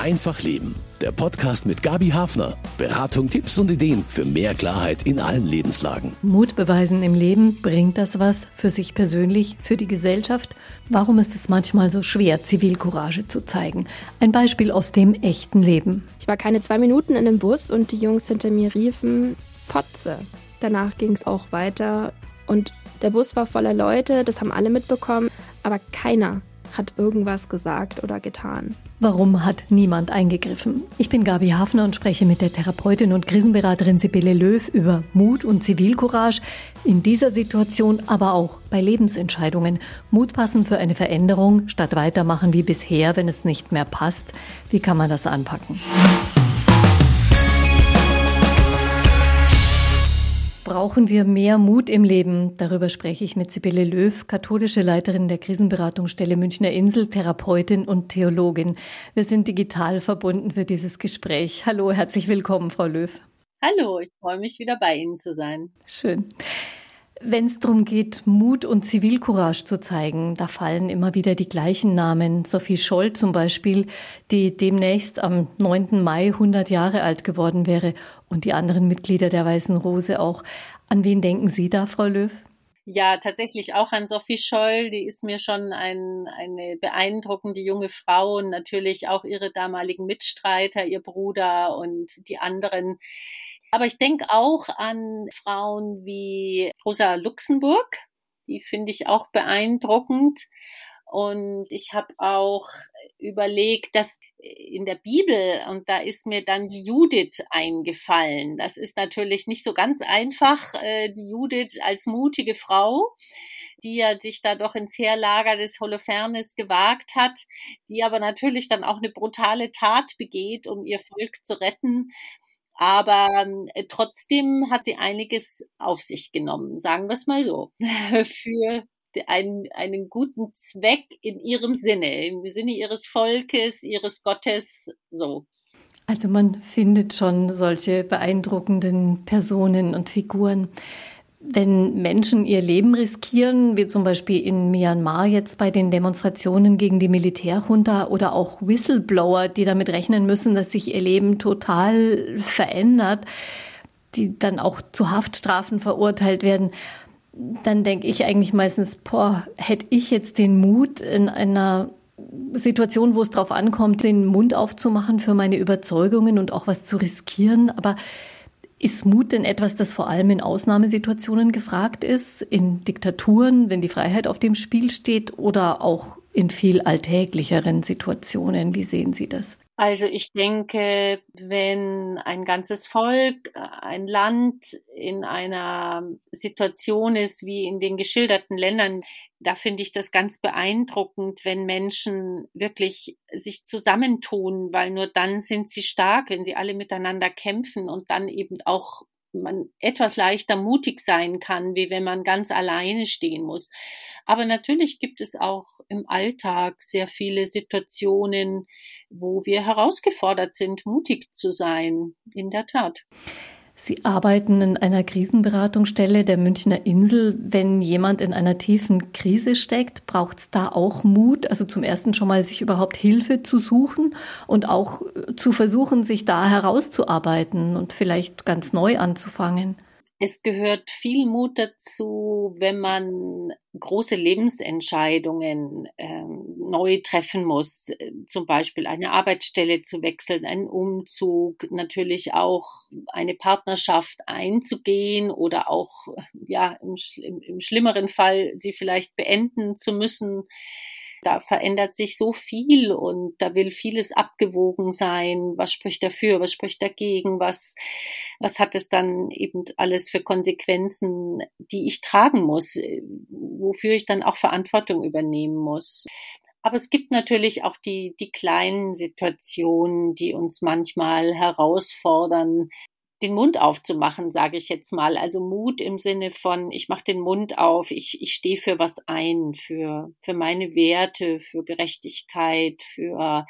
Einfach Leben. Der Podcast mit Gabi Hafner. Beratung, Tipps und Ideen für mehr Klarheit in allen Lebenslagen. Mut beweisen im Leben, bringt das was für sich persönlich, für die Gesellschaft? Warum ist es manchmal so schwer, Zivilcourage zu zeigen? Ein Beispiel aus dem echten Leben. Ich war keine 2 Minuten in dem Bus und die Jungs hinter mir riefen Fotze. Danach ging es auch weiter und der Bus war voller Leute, das haben alle mitbekommen, aber keiner hat irgendwas gesagt oder getan. Warum hat niemand eingegriffen? Ich bin Gabi Hafner und spreche mit der Therapeutin und Krisenberaterin Sibylle Löw über Mut und Zivilcourage in dieser Situation, aber auch bei Lebensentscheidungen. Mut fassen für eine Veränderung, statt weitermachen wie bisher, wenn es nicht mehr passt. Wie kann man das anpacken? Brauchen wir mehr Mut im Leben? Darüber spreche ich mit Sibylle Löw, katholische Leiterin der Krisenberatungsstelle Münchner Insel, Therapeutin und Theologin. Wir sind digital verbunden für dieses Gespräch. Hallo, herzlich willkommen, Frau Löw. Hallo, ich freue mich, wieder bei Ihnen zu sein. Schön. Wenn es darum geht, Mut und Zivilcourage zu zeigen, da fallen immer wieder die gleichen Namen. Sophie Scholl zum Beispiel, die demnächst am 9. Mai 100 Jahre alt geworden wäre und die anderen Mitglieder der Weißen Rose auch. An wen denken Sie da, Frau Löw? Ja, tatsächlich auch an Sophie Scholl. Die ist mir schon eine beeindruckende junge Frau und natürlich auch ihre damaligen Mitstreiter, ihr Bruder und die anderen. Aber ich denke auch an Frauen wie Rosa Luxemburg, die finde ich auch beeindruckend. Und ich habe auch überlegt, dass in der Bibel, und da ist mir dann die Judith eingefallen. Das ist natürlich nicht so ganz einfach, die Judith als mutige Frau, die ja sich da doch ins Heerlager des Holofernes gewagt hat, die aber natürlich dann auch eine brutale Tat begeht, um ihr Volk zu retten. Aber trotzdem hat sie einiges auf sich genommen, sagen wir es mal so, für einen guten Zweck in ihrem Sinne, im Sinne ihres Volkes, ihres Gottes, so. Also man findet schon solche beeindruckenden Personen und Figuren. Wenn Menschen ihr Leben riskieren, wie zum Beispiel in Myanmar jetzt bei den Demonstrationen gegen die Militärjunta oder auch Whistleblower, die damit rechnen müssen, dass sich ihr Leben total verändert, die dann auch zu Haftstrafen verurteilt werden, dann denke ich eigentlich meistens, hätte ich jetzt den Mut, in einer Situation, wo es drauf ankommt, den Mund aufzumachen für meine Überzeugungen und auch was zu riskieren, aber ist Mut denn etwas, das vor allem in Ausnahmesituationen gefragt ist, in Diktaturen, wenn die Freiheit auf dem Spiel steht oder auch in viel alltäglicheren Situationen? Wie sehen Sie das? Also ich denke, wenn ein ganzes Volk, ein Land in einer Situation ist wie in den geschilderten Ländern, da finde ich das ganz beeindruckend, wenn Menschen wirklich sich zusammentun, weil nur dann sind sie stark, wenn sie alle miteinander kämpfen und dann eben auch man etwas leichter mutig sein kann, wie wenn man ganz alleine stehen muss. Aber natürlich gibt es auch im Alltag sehr viele Situationen, wo wir herausgefordert sind, mutig zu sein, in der Tat. Sie arbeiten in einer Krisenberatungsstelle der Münchner Insel. Wenn jemand in einer tiefen Krise steckt, braucht es da auch Mut? Also zum ersten schon mal, sich überhaupt Hilfe zu suchen und auch zu versuchen, sich da herauszuarbeiten und vielleicht ganz neu anzufangen. Es gehört viel Mut dazu, wenn man große Lebensentscheidungen neu treffen muss, zum Beispiel eine Arbeitsstelle zu wechseln, einen Umzug, natürlich auch eine Partnerschaft einzugehen oder auch ja im schlimmeren Fall sie vielleicht beenden zu müssen. Da verändert sich so viel und da will vieles abgewogen sein. Was spricht dafür, was spricht dagegen, was hat es dann eben alles für Konsequenzen, die ich tragen muss, wofür ich dann auch Verantwortung übernehmen muss. Aber es gibt natürlich auch die kleinen Situationen, die uns manchmal herausfordern, den Mund aufzumachen, sage ich jetzt mal. Also Mut im Sinne von, ich mache den Mund auf, ich stehe für was ein, für meine Werte, für Gerechtigkeit, für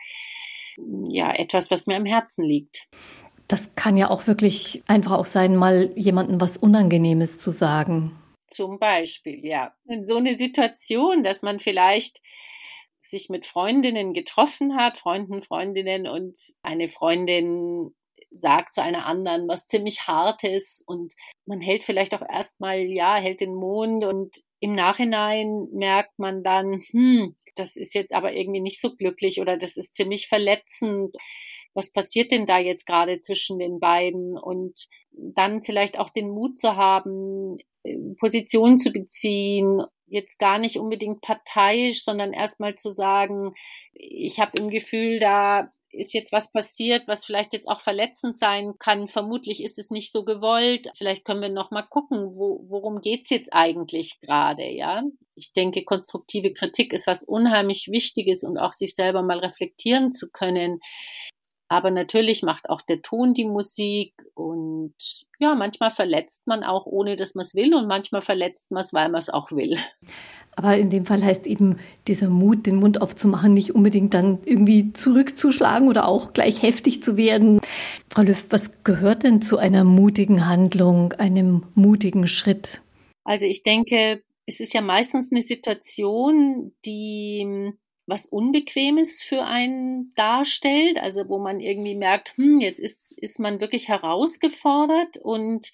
ja etwas, was mir am Herzen liegt. Das kann ja auch wirklich einfach auch sein, mal jemandem was Unangenehmes zu sagen. Zum Beispiel, ja. In so eine Situation, dass man vielleicht sich mit Freundinnen getroffen hat, Freundinnen, und eine Freundin sagt zu einer anderen was ziemlich Hartes und man hält vielleicht auch erstmal, hält den Mund und im Nachhinein merkt man dann, das ist jetzt aber irgendwie nicht so glücklich oder das ist ziemlich verletzend. Was passiert denn da jetzt gerade zwischen den beiden? Und dann vielleicht auch den Mut zu haben, Position zu beziehen, jetzt gar nicht unbedingt parteiisch, sondern erstmal zu sagen, ich habe im Gefühl, da ist jetzt was passiert, was vielleicht jetzt auch verletzend sein kann. Vermutlich ist es nicht so gewollt. Vielleicht können wir noch mal gucken, worum geht's jetzt eigentlich gerade, ja? Ich denke, konstruktive Kritik ist was unheimlich Wichtiges und auch sich selber mal reflektieren zu können. Aber natürlich macht auch der Ton die Musik und manchmal verletzt man auch, ohne dass man es will und manchmal verletzt man es, weil man es auch will. Aber in dem Fall heißt eben dieser Mut, den Mund aufzumachen, nicht unbedingt dann irgendwie zurückzuschlagen oder auch gleich heftig zu werden. Frau Löw, was gehört denn zu einer mutigen Handlung, einem mutigen Schritt? Also ich denke, es ist ja meistens eine Situation, die was Unbequemes für einen darstellt, also wo man irgendwie merkt, jetzt ist man wirklich herausgefordert und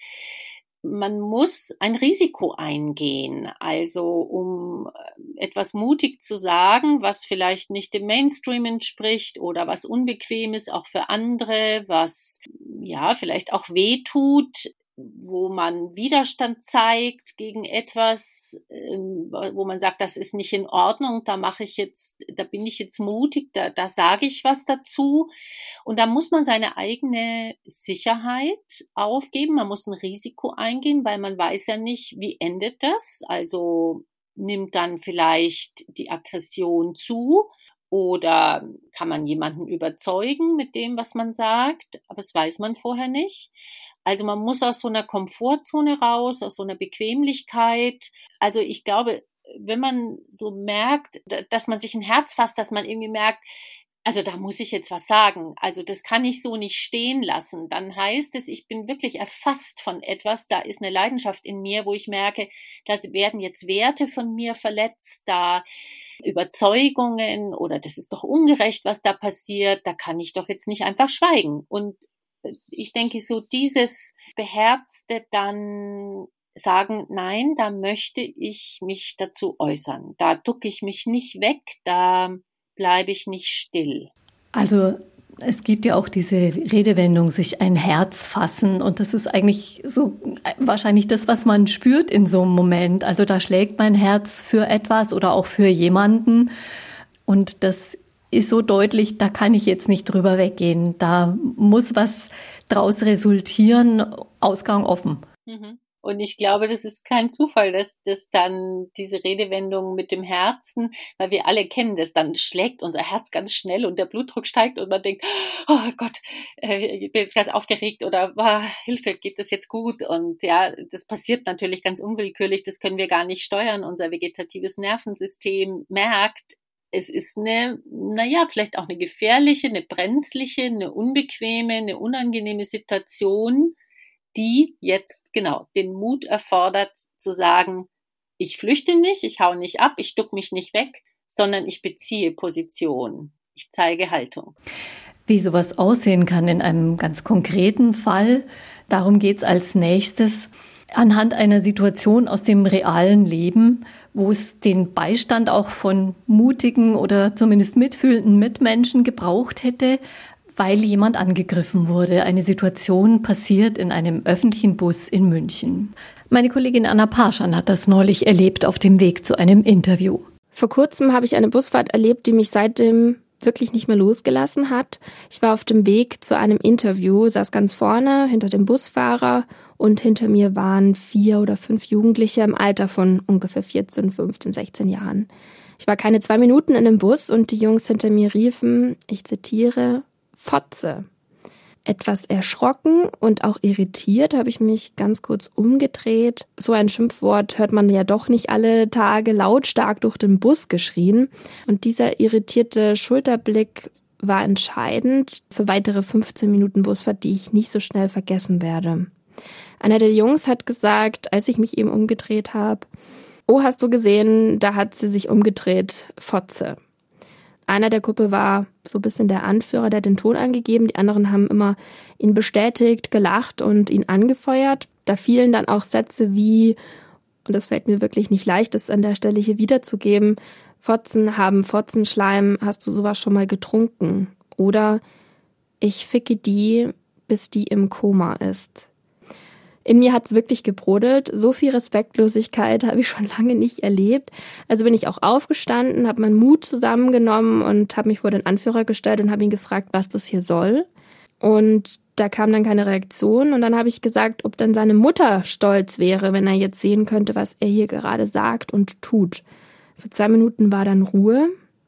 man muss ein Risiko eingehen, also um etwas mutig zu sagen, was vielleicht nicht dem Mainstream entspricht oder was unbequem ist, auch für andere, was vielleicht auch wehtut, wo man Widerstand zeigt gegen etwas, wo man sagt, das ist nicht in Ordnung, da bin ich jetzt mutig, da sage ich was dazu. Und da muss man seine eigene Sicherheit aufgeben, man muss ein Risiko eingehen, weil man weiß ja nicht, wie endet das. Also nimmt dann vielleicht die Aggression zu oder kann man jemanden überzeugen mit dem, was man sagt, aber das weiß man vorher nicht. Also man muss aus so einer Komfortzone raus, aus so einer Bequemlichkeit. Also ich glaube, wenn man so merkt, dass man sich ein Herz fasst, dass man irgendwie merkt, also da muss ich jetzt was sagen, also das kann ich so nicht stehen lassen, dann heißt es, ich bin wirklich erfasst von etwas, da ist eine Leidenschaft in mir, wo ich merke, da werden jetzt Werte von mir verletzt, da Überzeugungen oder das ist doch ungerecht, was da passiert, da kann ich doch jetzt nicht einfach schweigen. Und ich denke, so dieses Beherzte dann sagen, nein, da möchte ich mich dazu äußern. Da ducke ich mich nicht weg, da bleibe ich nicht still. Also es gibt ja auch diese Redewendung, sich ein Herz fassen. Und das ist eigentlich so wahrscheinlich das, was man spürt in so einem Moment. Also da schlägt mein Herz für etwas oder auch für jemanden. Und das ist so deutlich, da kann ich jetzt nicht drüber weggehen. Da muss was draus resultieren, Ausgang offen. Und ich glaube, das ist kein Zufall, dass dann diese Redewendung mit dem Herzen, weil wir alle kennen das, dann schlägt unser Herz ganz schnell und der Blutdruck steigt und man denkt, oh Gott, ich bin jetzt ganz aufgeregt oder Hilfe, geht das jetzt gut? Und ja, das passiert natürlich ganz unwillkürlich, das können wir gar nicht steuern. Unser vegetatives Nervensystem merkt, es ist vielleicht auch eine gefährliche, eine brenzliche, eine unbequeme, eine unangenehme Situation, die jetzt den Mut erfordert zu sagen, ich flüchte nicht, ich hau nicht ab, ich duck mich nicht weg, sondern ich beziehe Position, ich zeige Haltung. Wie sowas aussehen kann in einem ganz konkreten Fall, darum geht's als nächstes. Anhand einer Situation aus dem realen Leben, wo es den Beistand auch von mutigen oder zumindest mitfühlenden Mitmenschen gebraucht hätte, weil jemand angegriffen wurde. Eine Situation passiert in einem öffentlichen Bus in München. Meine Kollegin Anna Parschan hat das neulich erlebt auf dem Weg zu einem Interview. Vor kurzem habe ich eine Busfahrt erlebt, die mich seitdem wirklich nicht mehr losgelassen hat. Ich war auf dem Weg zu einem Interview, saß ganz vorne hinter dem Busfahrer und hinter mir waren 4 oder 5 Jugendliche im Alter von ungefähr 14, 15, 16 Jahren. Ich war keine 2 Minuten in dem Bus und die Jungs hinter mir riefen, ich zitiere, Fotze. Etwas erschrocken und auch irritiert habe ich mich ganz kurz umgedreht. So ein Schimpfwort hört man ja doch nicht alle Tage lautstark durch den Bus geschrien. Und dieser irritierte Schulterblick war entscheidend für weitere 15 Minuten Busfahrt, die ich nicht so schnell vergessen werde. Einer der Jungs hat gesagt, als ich mich eben umgedreht habe, oh, hast du gesehen, da hat sie sich umgedreht, Fotze. Einer der Gruppe war so ein bisschen der Anführer, der hat den Ton angegeben. Die anderen haben immer ihn bestätigt, gelacht und ihn angefeuert. Da fielen dann auch Sätze wie, und das fällt mir wirklich nicht leicht, das an der Stelle hier wiederzugeben, Fotzen haben Fotzenschleim, hast du sowas schon mal getrunken? Oder ich ficke die, bis die im Koma ist. In mir hat's wirklich gebrodelt. So viel Respektlosigkeit habe ich schon lange nicht erlebt. Also bin ich auch aufgestanden, habe meinen Mut zusammengenommen und habe mich vor den Anführer gestellt und habe ihn gefragt, was das hier soll. Und da kam dann keine Reaktion. Und dann habe ich gesagt, ob dann seine Mutter stolz wäre, wenn er jetzt sehen könnte, was er hier gerade sagt und tut. Für 2 Minuten war dann Ruhe.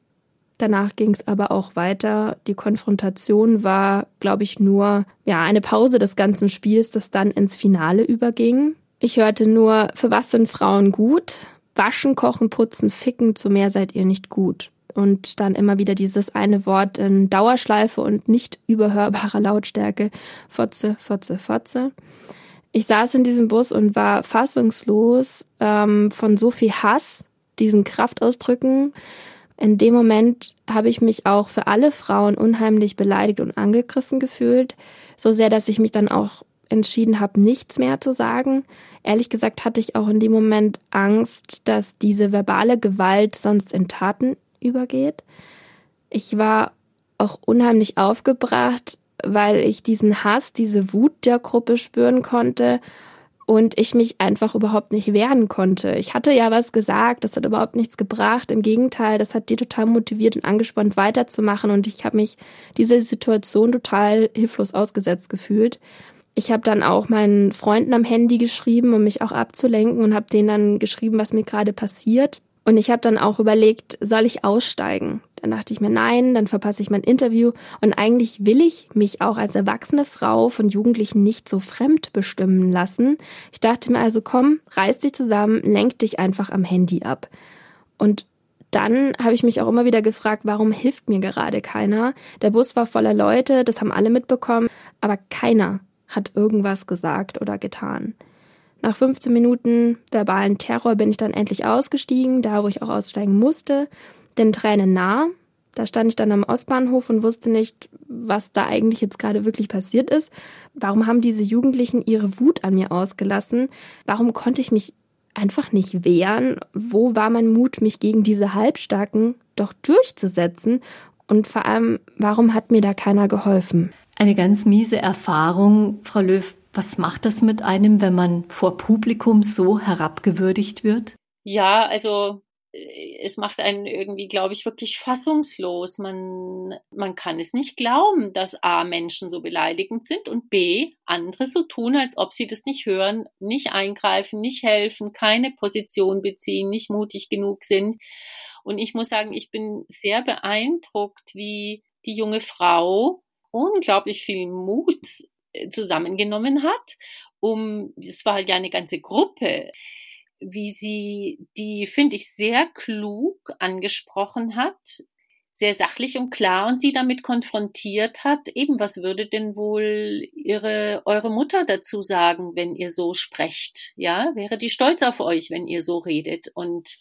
Danach ging es aber auch weiter. Die Konfrontation war, glaube ich, nur eine Pause des ganzen Spiels, das dann ins Finale überging. Ich hörte nur, für was sind Frauen gut? Waschen, kochen, putzen, ficken, zu mehr seid ihr nicht gut. Und dann immer wieder dieses eine Wort in Dauerschleife und nicht überhörbarer Lautstärke. Fotze, Fotze, Fotze. Ich saß in diesem Bus und war fassungslos von so viel Hass, diesen Kraftausdrücken. In dem Moment habe ich mich auch für alle Frauen unheimlich beleidigt und angegriffen gefühlt. So sehr, dass ich mich dann auch entschieden habe, nichts mehr zu sagen. Ehrlich gesagt hatte ich auch in dem Moment Angst, dass diese verbale Gewalt sonst in Taten übergeht. Ich war auch unheimlich aufgebracht, weil ich diesen Hass, diese Wut der Gruppe spüren konnte und ich mich einfach überhaupt nicht wehren konnte. Ich hatte ja was gesagt, das hat überhaupt nichts gebracht. Im Gegenteil, das hat die total motiviert und angespornt, weiterzumachen. Und ich habe mich dieser Situation total hilflos ausgesetzt gefühlt. Ich habe dann auch meinen Freunden am Handy geschrieben, um mich auch abzulenken und habe denen dann geschrieben, was mir gerade passiert. Und ich habe dann auch überlegt, soll ich aussteigen? Dann dachte ich mir, nein, dann verpasse ich mein Interview. Und eigentlich will ich mich auch als erwachsene Frau von Jugendlichen nicht so fremd bestimmen lassen. Ich dachte mir also, komm, reiß dich zusammen, lenk dich einfach am Handy ab. Und dann habe ich mich auch immer wieder gefragt, warum hilft mir gerade keiner? Der Bus war voller Leute, das haben alle mitbekommen, aber keiner hat irgendwas gesagt oder getan. Nach 15 Minuten verbalen Terror bin ich dann endlich ausgestiegen, da wo ich auch aussteigen musste, den Tränen nah. Da stand ich dann am Ostbahnhof und wusste nicht, was da eigentlich jetzt gerade wirklich passiert ist. Warum haben diese Jugendlichen ihre Wut an mir ausgelassen? Warum konnte ich mich einfach nicht wehren? Wo war mein Mut, mich gegen diese Halbstarken doch durchzusetzen? Und vor allem, warum hat mir da keiner geholfen? Eine ganz miese Erfahrung, Frau Löw. Was macht das mit einem, wenn man vor Publikum so herabgewürdigt wird? Ja, also es macht einen irgendwie, glaube ich, wirklich fassungslos. Man kann es nicht glauben, dass A, Menschen so beleidigend sind und B, andere so tun, als ob sie das nicht hören, nicht eingreifen, nicht helfen, keine Position beziehen, nicht mutig genug sind. Und ich muss sagen, ich bin sehr beeindruckt, wie die junge Frau unglaublich viel Mut zusammengenommen hat, das war ja eine ganze Gruppe, wie sie die, finde ich, sehr klug angesprochen hat, sehr sachlich und klar und sie damit konfrontiert hat, eben, was würde denn wohl eure Mutter dazu sagen, wenn ihr so sprecht, ja, wäre die stolz auf euch, wenn ihr so redet und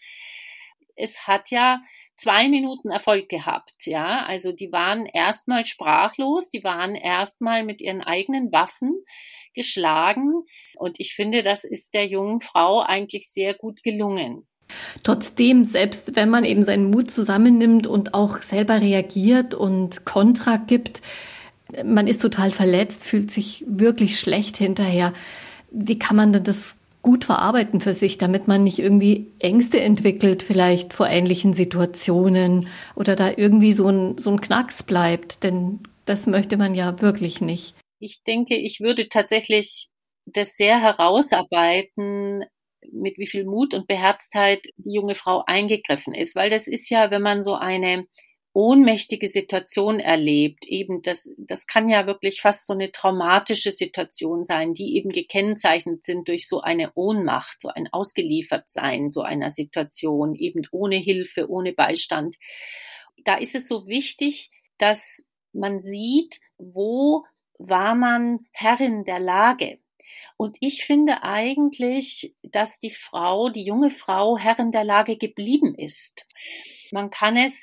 es hat ja 2 Minuten Erfolg gehabt, ja, also die waren erstmal sprachlos, die waren erstmal mit ihren eigenen Waffen geschlagen und ich finde, das ist der jungen Frau eigentlich sehr gut gelungen. Trotzdem, selbst wenn man eben seinen Mut zusammennimmt und auch selber reagiert und Kontra gibt, man ist total verletzt, fühlt sich wirklich schlecht hinterher. Wie kann man denn das gut verarbeiten für sich, damit man nicht irgendwie Ängste entwickelt, vielleicht vor ähnlichen Situationen oder da irgendwie so ein Knacks bleibt, denn das möchte man ja wirklich nicht. Ich denke, ich würde tatsächlich das sehr herausarbeiten, mit wie viel Mut und Beherztheit die junge Frau eingegriffen ist, weil das ist ja, wenn man so eine ohnmächtige Situation erlebt, eben das kann ja wirklich fast so eine traumatische Situation sein, die eben gekennzeichnet sind durch so eine Ohnmacht, so ein Ausgeliefertsein so einer Situation, eben ohne Hilfe, ohne Beistand. Da ist es so wichtig, dass man sieht, wo war man Herrin der Lage. Und ich finde eigentlich, dass die junge Frau Herrin der Lage geblieben ist. Man kann es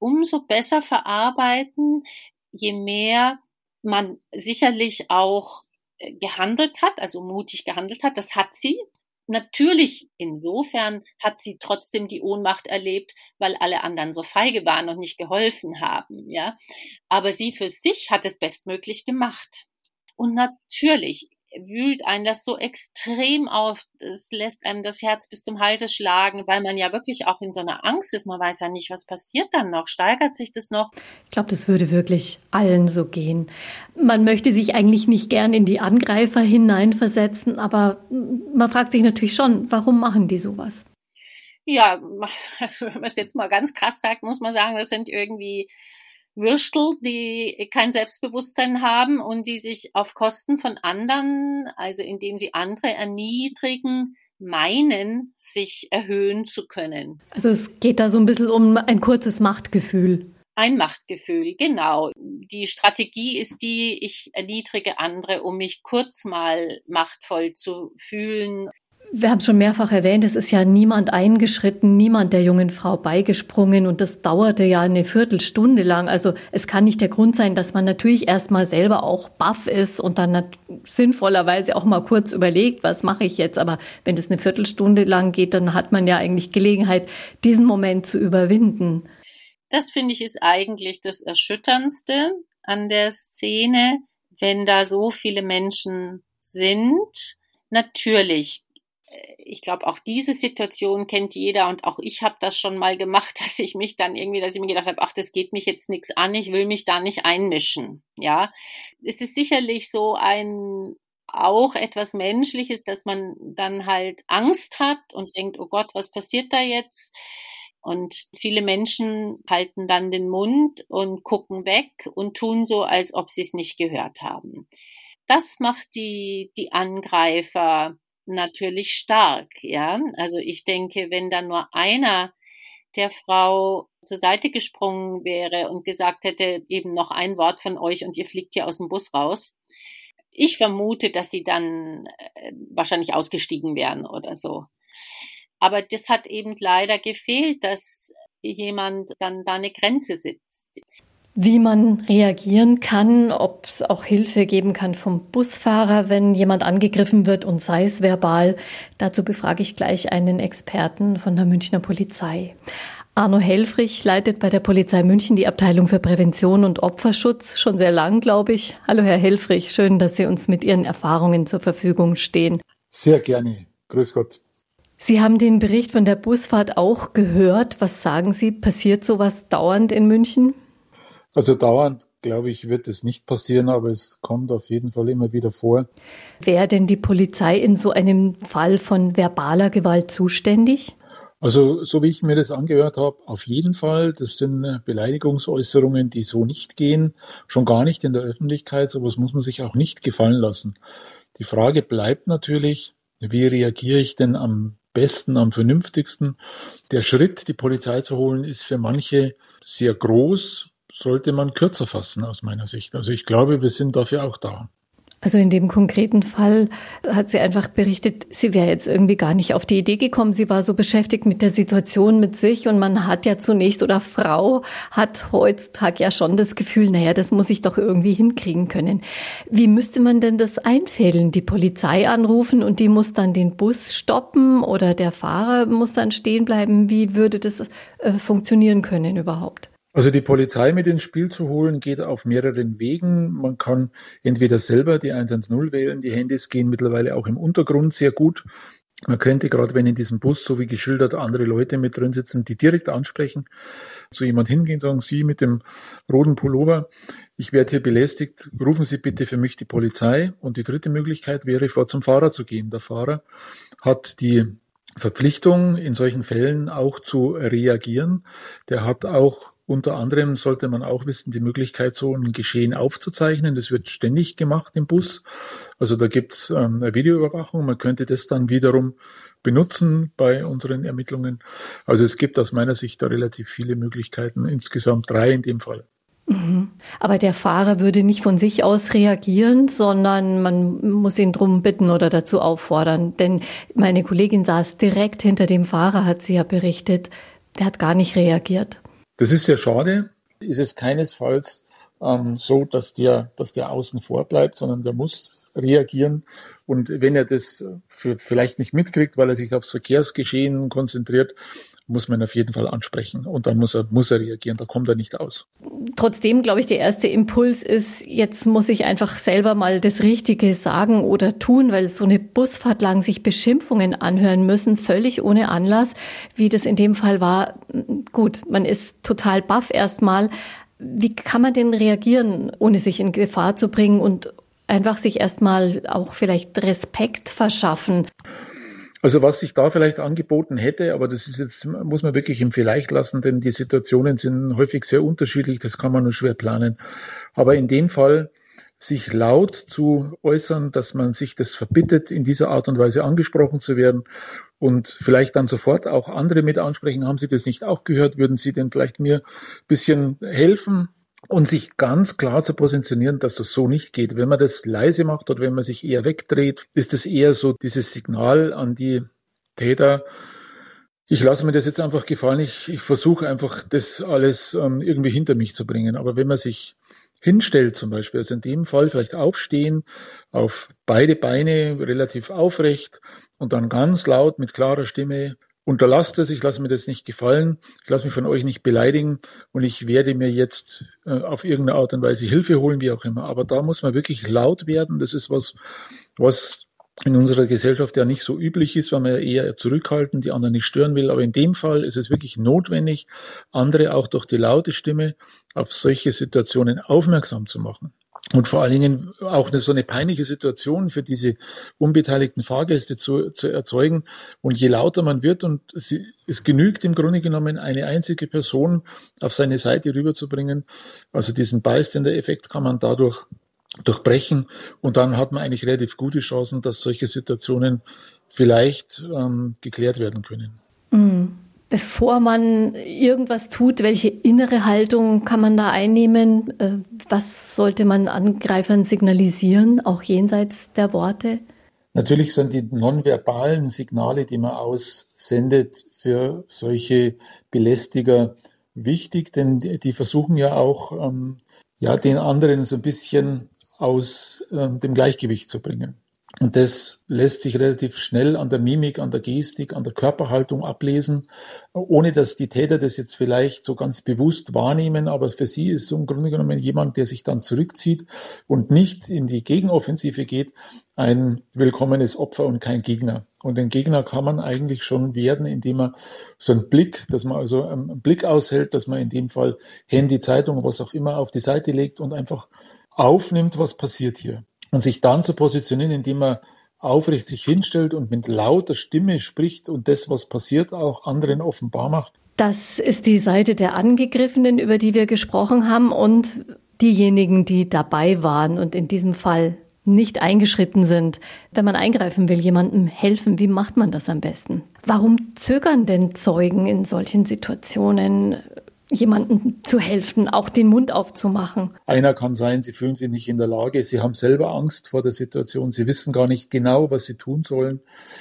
umso besser verarbeiten, je mehr man sicherlich auch gehandelt hat, also mutig gehandelt hat. Das hat sie. Natürlich, insofern hat sie trotzdem die Ohnmacht erlebt, weil alle anderen so feige waren und nicht geholfen haben, ja. Aber sie für sich hat es bestmöglich gemacht. Und natürlich wühlt einen das so extrem auf, es lässt einem das Herz bis zum Halse schlagen, weil man ja wirklich auch in so einer Angst ist. Man weiß ja nicht, was passiert dann noch, steigert sich das noch? Ich glaube, das würde wirklich allen so gehen. Man möchte sich eigentlich nicht gern in die Angreifer hineinversetzen, aber man fragt sich natürlich schon, warum machen die sowas? Ja, also wenn man es jetzt mal ganz krass sagt, muss man sagen, das sind irgendwie Würstel, die kein Selbstbewusstsein haben und die sich auf Kosten von anderen, also indem sie andere erniedrigen, meinen, sich erhöhen zu können. Also es geht da so ein bisschen um ein kurzes Machtgefühl. Ein Machtgefühl, genau. Die Strategie ist die, ich erniedrige andere, um mich kurz mal machtvoll zu fühlen. Wir haben schon mehrfach erwähnt, es ist ja niemand eingeschritten, niemand der jungen Frau beigesprungen und das dauerte ja eine Viertelstunde lang. Also es kann nicht der Grund sein, dass man natürlich erstmal selber auch baff ist und dann sinnvollerweise auch mal kurz überlegt, was mache ich jetzt. Aber wenn es eine Viertelstunde lang geht, dann hat man ja eigentlich Gelegenheit, diesen Moment zu überwinden. Das finde ich ist eigentlich das Erschütterndste an der Szene, wenn da so viele Menschen sind. Natürlich, ich glaube, auch diese Situation kennt jeder und auch ich habe das schon mal gemacht, dass ich mir gedacht habe, ach, das geht mich jetzt nichts an, ich will mich da nicht einmischen. Ja, es ist sicherlich so auch etwas Menschliches, dass man dann halt Angst hat und denkt, oh Gott, was passiert da jetzt? Und viele Menschen halten dann den Mund und gucken weg und tun so, als ob sie es nicht gehört haben. Das macht die Angreifer natürlich stark, ja. Also ich denke, wenn dann nur einer der Frau zur Seite gesprungen wäre und gesagt hätte, eben noch ein Wort von euch und ihr fliegt hier aus dem Bus raus. Ich vermute, dass sie dann wahrscheinlich ausgestiegen wären oder so. Aber das hat eben leider gefehlt, dass jemand dann da eine Grenze setzt. Wie man reagieren kann, ob es auch Hilfe geben kann vom Busfahrer, wenn jemand angegriffen wird und sei es verbal. Dazu befrage ich gleich einen Experten von der Münchner Polizei. Arno Helfrich leitet bei der Polizei München die Abteilung für Prävention und Opferschutz, schon sehr lang, glaube ich. Hallo Herr Helfrich, schön, dass Sie uns mit Ihren Erfahrungen zur Verfügung stehen. Sehr gerne. Grüß Gott. Sie haben den Bericht von der Busfahrt auch gehört. Was sagen Sie, passiert sowas dauernd in München? Also dauernd, glaube ich, wird es nicht passieren, aber es kommt auf jeden Fall immer wieder vor. Wäre denn die Polizei in so einem Fall von verbaler Gewalt zuständig? Also so wie ich mir das angehört habe, auf jeden Fall. Das sind Beleidigungsäußerungen, die so nicht gehen, schon gar nicht in der Öffentlichkeit. Sowas muss man sich auch nicht gefallen lassen. Die Frage bleibt natürlich, wie reagiere ich denn am besten, am vernünftigsten? Der Schritt, die Polizei zu holen, ist für manche sehr groß. Sollte man kürzer fassen aus meiner Sicht. Also ich glaube, wir sind dafür auch da. Also in dem konkreten Fall hat sie einfach berichtet, sie wäre jetzt irgendwie gar nicht auf die Idee gekommen. Sie war so beschäftigt mit der Situation mit sich und man hat ja zunächst oder Frau hat heutzutage ja schon das Gefühl, naja, das muss ich doch irgendwie hinkriegen können. Wie müsste man denn das einfädeln? Die Polizei anrufen und die muss dann den Bus stoppen oder der Fahrer muss dann stehen bleiben? Wie würde das funktionieren können überhaupt? Also die Polizei mit ins Spiel zu holen, geht auf mehreren Wegen. Man kann entweder selber die 110 wählen. Die Handys gehen mittlerweile auch im Untergrund sehr gut. Man könnte, gerade wenn in diesem Bus, so wie geschildert, andere Leute mit drin sitzen, die direkt ansprechen, zu jemand hingehen, sagen, Sie mit dem roten Pullover, ich werde hier belästigt, rufen Sie bitte für mich die Polizei. Und die dritte Möglichkeit wäre, vor zum Fahrer zu gehen. Der Fahrer hat die Verpflichtung, in solchen Fällen auch zu reagieren. Der hat auch unter anderem, sollte man auch wissen, die Möglichkeit, so ein Geschehen aufzuzeichnen. Das wird ständig gemacht im Bus. Also da gibt's eine Videoüberwachung. Man könnte das dann wiederum benutzen bei unseren Ermittlungen. Also es gibt aus meiner Sicht da relativ viele Möglichkeiten, insgesamt 3 in dem Fall. Aber der Fahrer würde nicht von sich aus reagieren, sondern man muss ihn drum bitten oder dazu auffordern. Denn meine Kollegin saß direkt hinter dem Fahrer, hat sie ja berichtet. Der hat gar nicht reagiert. Das ist sehr schade. Ist es keinesfalls so, dass der außen vor bleibt, sondern der muss reagieren. Und wenn er das vielleicht nicht mitkriegt, weil er sich aufs Verkehrsgeschehen konzentriert, muss man auf jeden Fall ansprechen. Und dann muss er reagieren, da kommt er nicht aus. Trotzdem, glaube ich, der erste Impuls ist, jetzt muss ich einfach selber mal das Richtige sagen oder tun, weil so eine Busfahrt lang sich Beschimpfungen anhören müssen, völlig ohne Anlass, wie das in dem Fall war. Gut, man ist total baff erstmal. Wie kann man denn reagieren, ohne sich in Gefahr zu bringen und einfach sich erstmal auch vielleicht Respekt verschaffen? Also was sich da vielleicht angeboten hätte, aber das ist jetzt, muss man wirklich im Vielleicht lassen, denn die Situationen sind häufig sehr unterschiedlich, das kann man nur schwer planen. Aber in dem Fall sich laut zu äußern, dass man sich das verbittet, in dieser Art und Weise angesprochen zu werden und vielleicht dann sofort auch andere mit ansprechen. Haben Sie das nicht auch gehört? Würden Sie denn vielleicht mir ein bisschen helfen? Und sich ganz klar zu positionieren, dass das so nicht geht. Wenn man das leise macht oder wenn man sich eher wegdreht, ist das eher so dieses Signal an die Täter, ich lasse mir das jetzt einfach gefallen, ich versuche einfach das alles irgendwie hinter mich zu bringen. Aber wenn man sich hinstellt zum Beispiel, also in dem Fall vielleicht aufstehen, auf beide Beine relativ aufrecht und dann ganz laut mit klarer Stimme, unterlasst es, ich lasse mir das nicht gefallen, ich lasse mich von euch nicht beleidigen und ich werde mir jetzt auf irgendeine Art und Weise Hilfe holen, wie auch immer. Aber da muss man wirklich laut werden. Das ist was in unserer Gesellschaft ja nicht so üblich ist, weil man ja eher zurückhalten, die anderen nicht stören will. Aber in dem Fall ist es wirklich notwendig, andere auch durch die laute Stimme auf solche Situationen aufmerksam zu machen. Und vor allen Dingen auch so eine peinliche Situation für diese unbeteiligten Fahrgäste zu erzeugen. Und je lauter man wird, und es genügt im Grunde genommen, eine einzige Person auf seine Seite rüberzubringen. Also diesen Bystander-Effekt kann man dadurch durchbrechen. Und dann hat man eigentlich relativ gute Chancen, dass solche Situationen vielleicht geklärt werden können. Mhm. Bevor man irgendwas tut, welche innere Haltung kann man da einnehmen? Was sollte man Angreifern signalisieren, auch jenseits der Worte? Natürlich sind die nonverbalen Signale, die man aussendet, für solche Belästiger wichtig, denn die versuchen ja auch, den anderen so ein bisschen aus dem Gleichgewicht zu bringen. Und das lässt sich relativ schnell an der Mimik, an der Gestik, an der Körperhaltung ablesen, ohne dass die Täter das jetzt vielleicht so ganz bewusst wahrnehmen. Aber für sie ist so im Grunde genommen jemand, der sich dann zurückzieht und nicht in die Gegenoffensive geht, ein willkommenes Opfer und kein Gegner. Und den Gegner kann man eigentlich schon werden, indem man so einen Blick, dass man also einen Blick aushält, dass man in dem Fall Handy, Zeitung, was auch immer auf die Seite legt und einfach aufnimmt, was passiert hier. Und sich dann zu positionieren, indem man aufrecht sich hinstellt und mit lauter Stimme spricht und das, was passiert, auch anderen offenbar macht. Das ist die Seite der Angegriffenen, über die wir gesprochen haben, und diejenigen, die dabei waren und in diesem Fall nicht eingeschritten sind. Wenn man eingreifen will, jemandem helfen, wie macht man das am besten? Warum zögern denn Zeugen in solchen Situationen, jemandem zu helfen, auch den Mund aufzumachen? Einer kann sein, sie fühlen sich nicht in der Lage, sie haben selber Angst vor der Situation, sie wissen gar nicht genau, was sie tun sollen.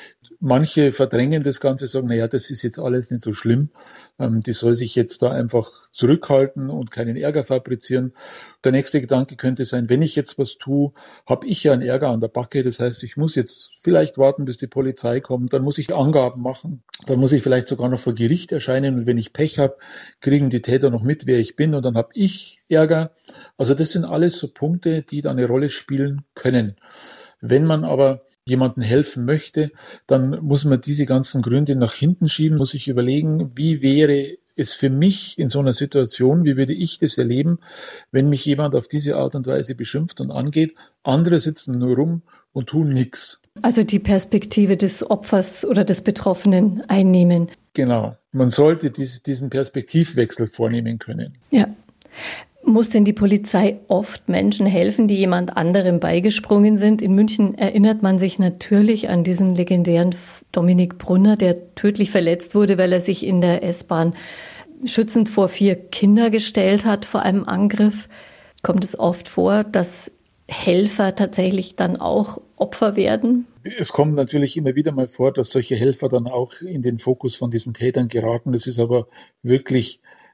Manche verdrängen das Ganze, sagen, naja, das ist jetzt alles nicht so schlimm, die soll sich jetzt da einfach zurückhalten und keinen Ärger fabrizieren. Der nächste Gedanke könnte sein, wenn ich jetzt was tue, habe ich ja einen Ärger an der Backe, das heißt, ich muss jetzt vielleicht warten, bis die Polizei kommt, dann muss ich Angaben machen, dann muss ich vielleicht sogar noch vor Gericht erscheinen und wenn ich Pech habe, kriegen die Täter noch mit, wer ich bin und dann habe ich Ärger. Also das sind alles so Punkte, die da eine Rolle spielen können. Wenn man aber jemandem helfen möchte, dann muss man diese ganzen Gründe nach hinten schieben, muss sich überlegen, wie wäre es für mich in so einer Situation, wie würde ich das erleben, wenn mich jemand auf diese Art und Weise beschimpft und angeht. Andere sitzen nur rum und tun nichts. Also die Perspektive des Opfers oder des Betroffenen einnehmen. Genau. Man sollte diesen Perspektivwechsel vornehmen können. Ja. Muss denn die Polizei oft Menschen helfen, die jemand anderem beigesprungen sind? In München erinnert man sich natürlich an diesen legendären Dominik Brunner, der tödlich verletzt wurde, weil er sich in der S-Bahn schützend vor 4 Kinder gestellt hat vor einem Angriff. Kommt es oft vor, dass Helfer tatsächlich dann auch Opfer werden? Es kommt natürlich immer wieder mal vor, dass solche Helfer dann auch in den Fokus von diesen Tätern geraten. Das ist aber wirklich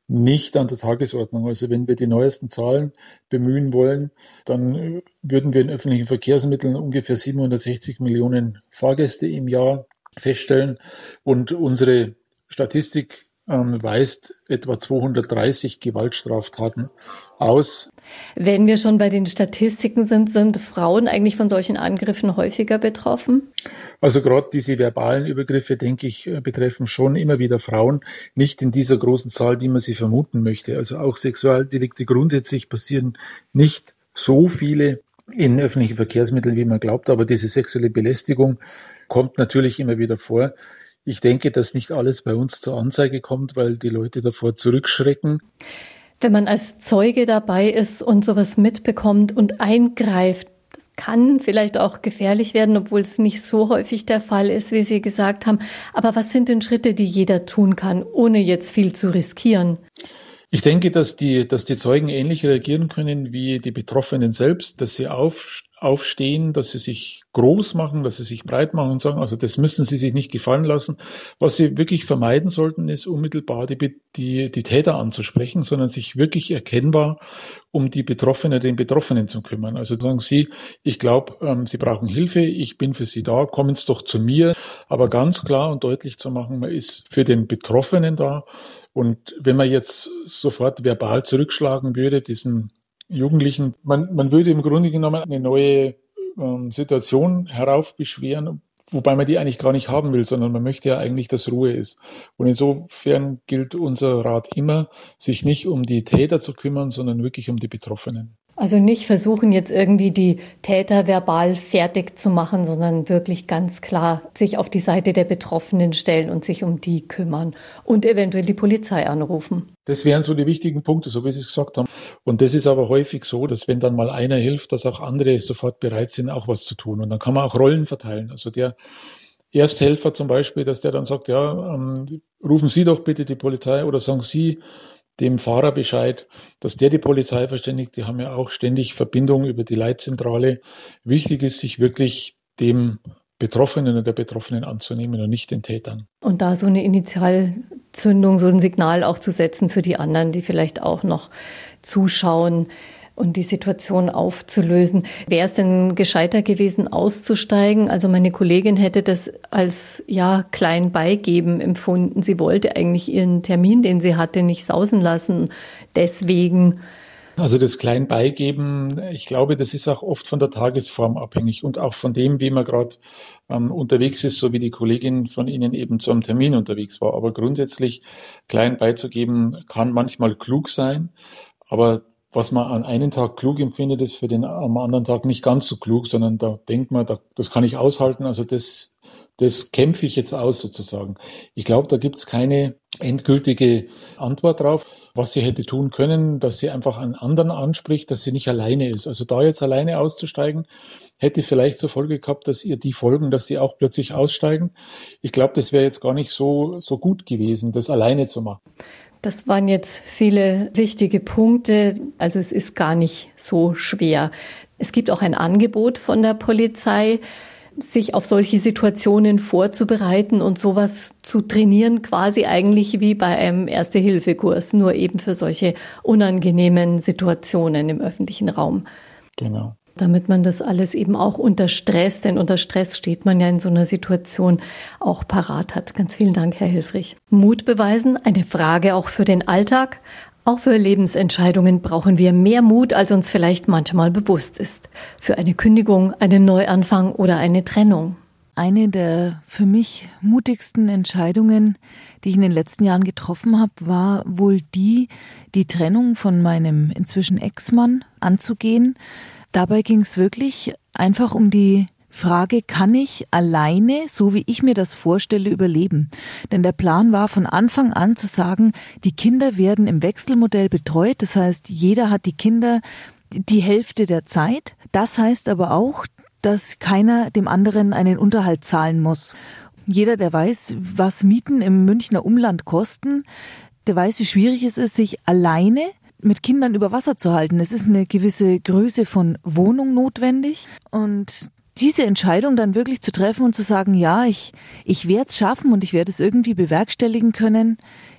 nicht an der Tagesordnung. Also wenn wir die neuesten Zahlen bemühen wollen, dann würden wir in öffentlichen Verkehrsmitteln ungefähr 760 Millionen Fahrgäste im Jahr feststellen. Und unsere Statistik weist etwa 230 Gewaltstraftaten aus. Wenn wir schon bei den Statistiken sind Frauen eigentlich von solchen Angriffen häufiger betroffen? Also gerade diese verbalen Übergriffe, denke ich, betreffen schon immer wieder Frauen, nicht in dieser großen Zahl, wie man sie vermuten möchte. Also auch Sexualdelikte grundsätzlich passieren nicht so viele in öffentlichen Verkehrsmitteln, wie man glaubt, aber diese sexuelle Belästigung kommt natürlich immer wieder vor. Ich denke, dass nicht alles bei uns zur Anzeige kommt, weil die Leute davor zurückschrecken. Wenn man als Zeuge dabei ist und sowas mitbekommt und eingreift, das kann vielleicht auch gefährlich werden, obwohl es nicht so häufig der Fall ist, wie Sie gesagt haben. Aber was sind denn Schritte, die jeder tun kann, ohne jetzt viel zu riskieren? Ich denke, dass die Zeugen ähnlich reagieren können wie die Betroffenen selbst, dass sie aufstehen, dass sie sich groß machen, dass sie sich breit machen und sagen, also das müssen sie sich nicht gefallen lassen. Was sie wirklich vermeiden sollten, ist unmittelbar die Täter anzusprechen, sondern sich wirklich erkennbar um die Betroffenen, den Betroffenen zu kümmern. Also sagen Sie, ich glaube, Sie brauchen Hilfe, ich bin für Sie da, kommen Sie doch zu mir. Aber ganz klar und deutlich zu machen, man ist für den Betroffenen da. Und wenn man jetzt sofort verbal zurückschlagen würde, diesen Jugendlichen, man würde im Grunde genommen eine neue Situation heraufbeschweren, wobei man die eigentlich gar nicht haben will, sondern man möchte ja eigentlich, dass Ruhe ist. Und insofern gilt unser Rat immer, sich nicht um die Täter zu kümmern, sondern wirklich um die Betroffenen. Also nicht versuchen, jetzt irgendwie die Täter verbal fertig zu machen, sondern wirklich ganz klar sich auf die Seite der Betroffenen stellen und sich um die kümmern und eventuell die Polizei anrufen. Das wären so die wichtigen Punkte, so wie Sie es gesagt haben. Und das ist aber häufig so, dass wenn dann mal einer hilft, dass auch andere sofort bereit sind, auch was zu tun. Und dann kann man auch Rollen verteilen. Also der Ersthelfer zum Beispiel, dass der dann sagt, ja, rufen Sie doch bitte die Polizei oder sagen Sie dem Fahrer Bescheid, dass der die Polizei verständigt. Die haben ja auch ständig Verbindungen über die Leitzentrale. Wichtig ist, sich wirklich dem Betroffenen oder der Betroffenen anzunehmen und nicht den Tätern. Und da so eine Initialzündung, so ein Signal auch zu setzen für die anderen, die vielleicht auch noch zuschauen und die Situation aufzulösen. Wäre es denn gescheiter gewesen, auszusteigen? Also meine Kollegin hätte das als klein Beigeben empfunden. Sie wollte eigentlich ihren Termin, den sie hatte, nicht sausen lassen. Deswegen. Also das klein Beigeben, ich glaube, das ist auch oft von der Tagesform abhängig und auch von dem, wie man gerade unterwegs ist, so wie die Kollegin von Ihnen eben zu einem Termin unterwegs war. Aber grundsätzlich klein beizugeben kann manchmal klug sein, aber was man an einem Tag klug empfindet, ist für den am anderen Tag nicht ganz so klug, sondern da denkt man, das kann ich aushalten, also das kämpfe ich jetzt aus sozusagen. Ich glaube, da gibt es keine endgültige Antwort drauf, was sie hätte tun können, dass sie einfach einen anderen anspricht, dass sie nicht alleine ist. Also da jetzt alleine auszusteigen, hätte vielleicht zur Folge gehabt, dass ihr die folgen, dass die auch plötzlich aussteigen. Ich glaube, das wäre jetzt gar nicht so gut gewesen, das alleine zu machen. Das waren jetzt viele wichtige Punkte. Also es ist gar nicht so schwer. Es gibt auch ein Angebot von der Polizei, sich auf solche Situationen vorzubereiten und sowas zu trainieren, quasi eigentlich wie bei einem Erste-Hilfe-Kurs, nur eben für solche unangenehmen Situationen im öffentlichen Raum. Genau. Damit man das alles eben auch unter Stress, denn unter Stress steht man ja in so einer Situation, auch parat hat. Ganz vielen Dank, Herr Hilfrich. Mut beweisen, eine Frage auch für den Alltag. Auch für Lebensentscheidungen brauchen wir mehr Mut, als uns vielleicht manchmal bewusst ist. Für eine Kündigung, einen Neuanfang oder eine Trennung. Eine der für mich mutigsten Entscheidungen, die ich in den letzten Jahren getroffen habe, war wohl die Trennung von meinem inzwischen Ex-Mann anzugehen. Dabei ging es wirklich einfach um die Frage, kann ich alleine, so wie ich mir das vorstelle, überleben? Denn der Plan war von Anfang an zu sagen, die Kinder werden im Wechselmodell betreut. Das heißt, jeder hat die Kinder die Hälfte der Zeit. Das heißt aber auch, dass keiner dem anderen einen Unterhalt zahlen muss. Jeder, der weiß, was Mieten im Münchner Umland kosten, der weiß, wie schwierig es ist, sich alleine mit Kindern über Wasser zu halten. Es ist eine gewisse Größe von Wohnung notwendig und diese Entscheidung dann wirklich zu treffen und zu sagen, ja, ich werde es schaffen und ich werde es irgendwie bewerkstelligen können,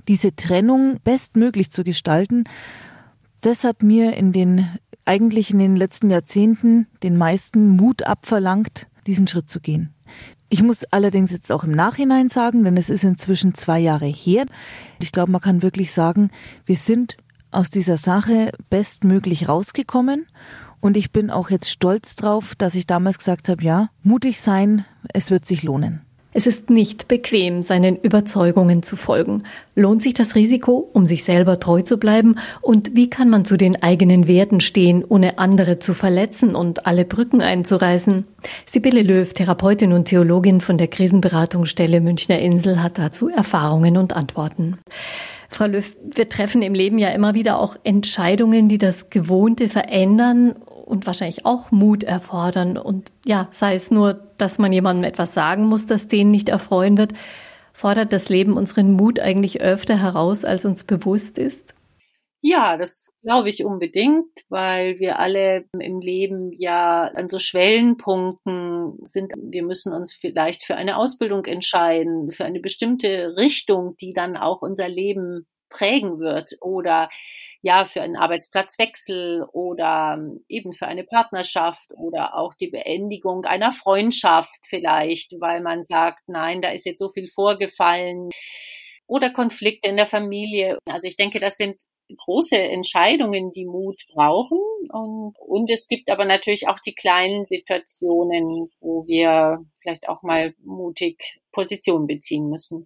diese Trennung bestmöglich zu gestalten, das hat mir eigentlich in den letzten Jahrzehnten den meisten Mut abverlangt, diesen Schritt zu gehen. Ich muss allerdings jetzt auch im Nachhinein sagen, denn es ist inzwischen 2 Jahre her. Ich glaube, man kann wirklich sagen, wir sind aus dieser Sache bestmöglich rausgekommen. Und ich bin auch jetzt stolz drauf, dass ich damals gesagt habe, ja, mutig sein, es wird sich lohnen. Es ist nicht bequem, seinen Überzeugungen zu folgen. Lohnt sich das Risiko, um sich selber treu zu bleiben? Und wie kann man zu den eigenen Werten stehen, ohne andere zu verletzen und alle Brücken einzureißen? Sibylle Löw, Therapeutin und Theologin von der Krisenberatungsstelle Münchner Insel, hat dazu Erfahrungen und Antworten. Frau Löw, wir treffen im Leben ja immer wieder auch Entscheidungen, die das Gewohnte verändern und wahrscheinlich auch Mut erfordern. Und ja, sei es nur, dass man jemandem etwas sagen muss, das den nicht erfreuen wird, fordert das Leben unseren Mut eigentlich öfter heraus, als uns bewusst ist? Ja, das glaube ich unbedingt, weil wir alle im Leben ja an so Schwellenpunkten sind. Wir müssen uns vielleicht für eine Ausbildung entscheiden, für eine bestimmte Richtung, die dann auch unser Leben prägen wird, oder ja, für einen Arbeitsplatzwechsel oder eben für eine Partnerschaft oder auch die Beendigung einer Freundschaft vielleicht, weil man sagt, nein, da ist jetzt so viel vorgefallen, oder Konflikte in der Familie. Also ich denke, das sind große Entscheidungen, die Mut brauchen. Und es gibt aber natürlich auch die kleinen Situationen, wo wir vielleicht auch mal mutig Position beziehen müssen.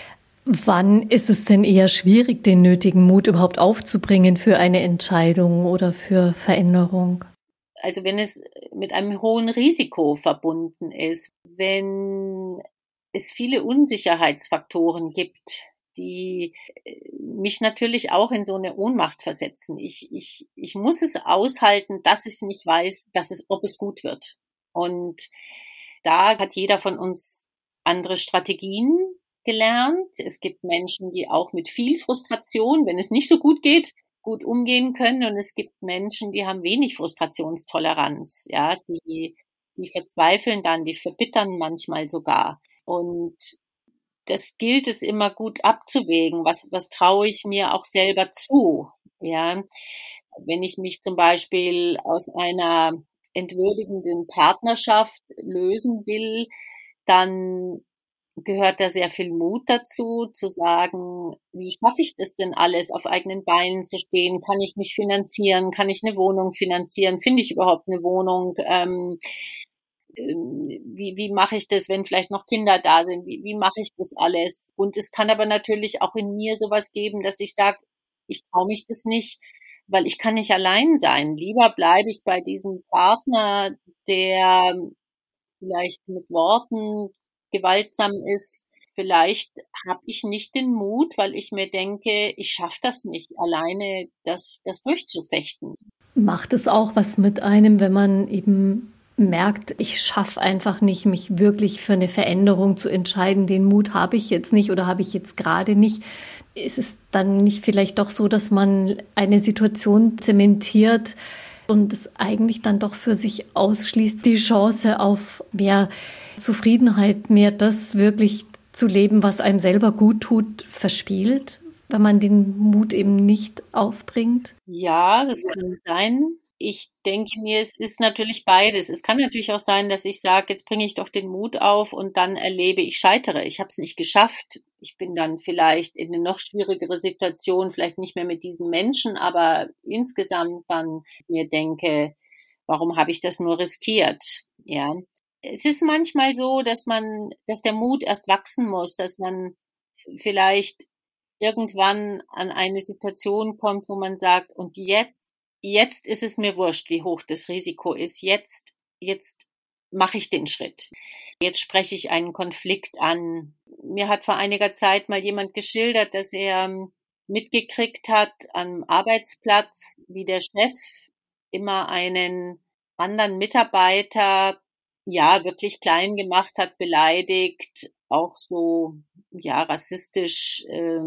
Wann ist es denn eher schwierig, den nötigen Mut überhaupt aufzubringen für eine Entscheidung oder für Veränderung? Also wenn es mit einem hohen Risiko verbunden ist, wenn es viele Unsicherheitsfaktoren gibt, die mich natürlich auch in so eine Ohnmacht versetzen. Ich muss es aushalten, dass ich nicht weiß, ob es gut wird. Und da hat jeder von uns andere Strategien gelernt. Es gibt Menschen, die auch mit viel Frustration, wenn es nicht so gut geht, gut umgehen können. Und es gibt Menschen, die haben wenig Frustrationstoleranz. Ja, die verzweifeln dann, die verbittern manchmal sogar. Und das gilt es immer gut abzuwägen. Was traue ich mir auch selber zu? Ja, wenn ich mich zum Beispiel aus einer entwürdigenden Partnerschaft lösen will, dann gehört da sehr viel Mut dazu, zu sagen, wie schaffe ich das denn alles, auf eigenen Beinen zu stehen? Kann ich mich finanzieren? Kann ich eine Wohnung finanzieren? Finde ich überhaupt eine Wohnung? Wie mache ich das, wenn vielleicht noch Kinder da sind? Wie mache ich das alles? Und es kann aber natürlich auch in mir sowas geben, dass ich sage, ich traue mich das nicht, weil ich kann nicht allein sein. Lieber bleibe ich bei diesem Partner, der vielleicht mit Worten gewaltsam ist. Vielleicht habe ich nicht den Mut, weil ich mir denke, ich schaffe das nicht, alleine das durchzufechten. Macht es auch was mit einem, wenn man eben merkt, ich schaffe einfach nicht, mich wirklich für eine Veränderung zu entscheiden. Den Mut habe ich jetzt nicht oder habe ich jetzt gerade nicht. Ist es dann nicht vielleicht doch so, dass man eine Situation zementiert und es eigentlich dann doch für sich ausschließt, die Chance auf mehr Zufriedenheit, mehr das wirklich zu leben, was einem selber gut tut, verspielt, wenn man den Mut eben nicht aufbringt? Ja, das kann sein. Ich denke mir, es ist natürlich beides. Es kann natürlich auch sein, dass ich sage, jetzt bringe ich doch den Mut auf und dann erlebe ich scheitere. Ich habe es nicht geschafft. Ich bin dann vielleicht in eine noch schwierigere Situation, vielleicht nicht mehr mit diesen Menschen, aber insgesamt dann mir denke, warum habe ich das nur riskiert? Ja. Es ist manchmal so, dass der Mut erst wachsen muss, dass man vielleicht irgendwann an eine Situation kommt, wo man sagt, und jetzt ist es mir wurscht, wie hoch das Risiko ist. Jetzt mache ich den Schritt. Jetzt spreche ich einen Konflikt an. Mir hat vor einiger Zeit mal jemand geschildert, dass er mitgekriegt hat am Arbeitsplatz, wie der Chef immer einen anderen Mitarbeiter ja wirklich klein gemacht hat, beleidigt, auch so ja rassistisch,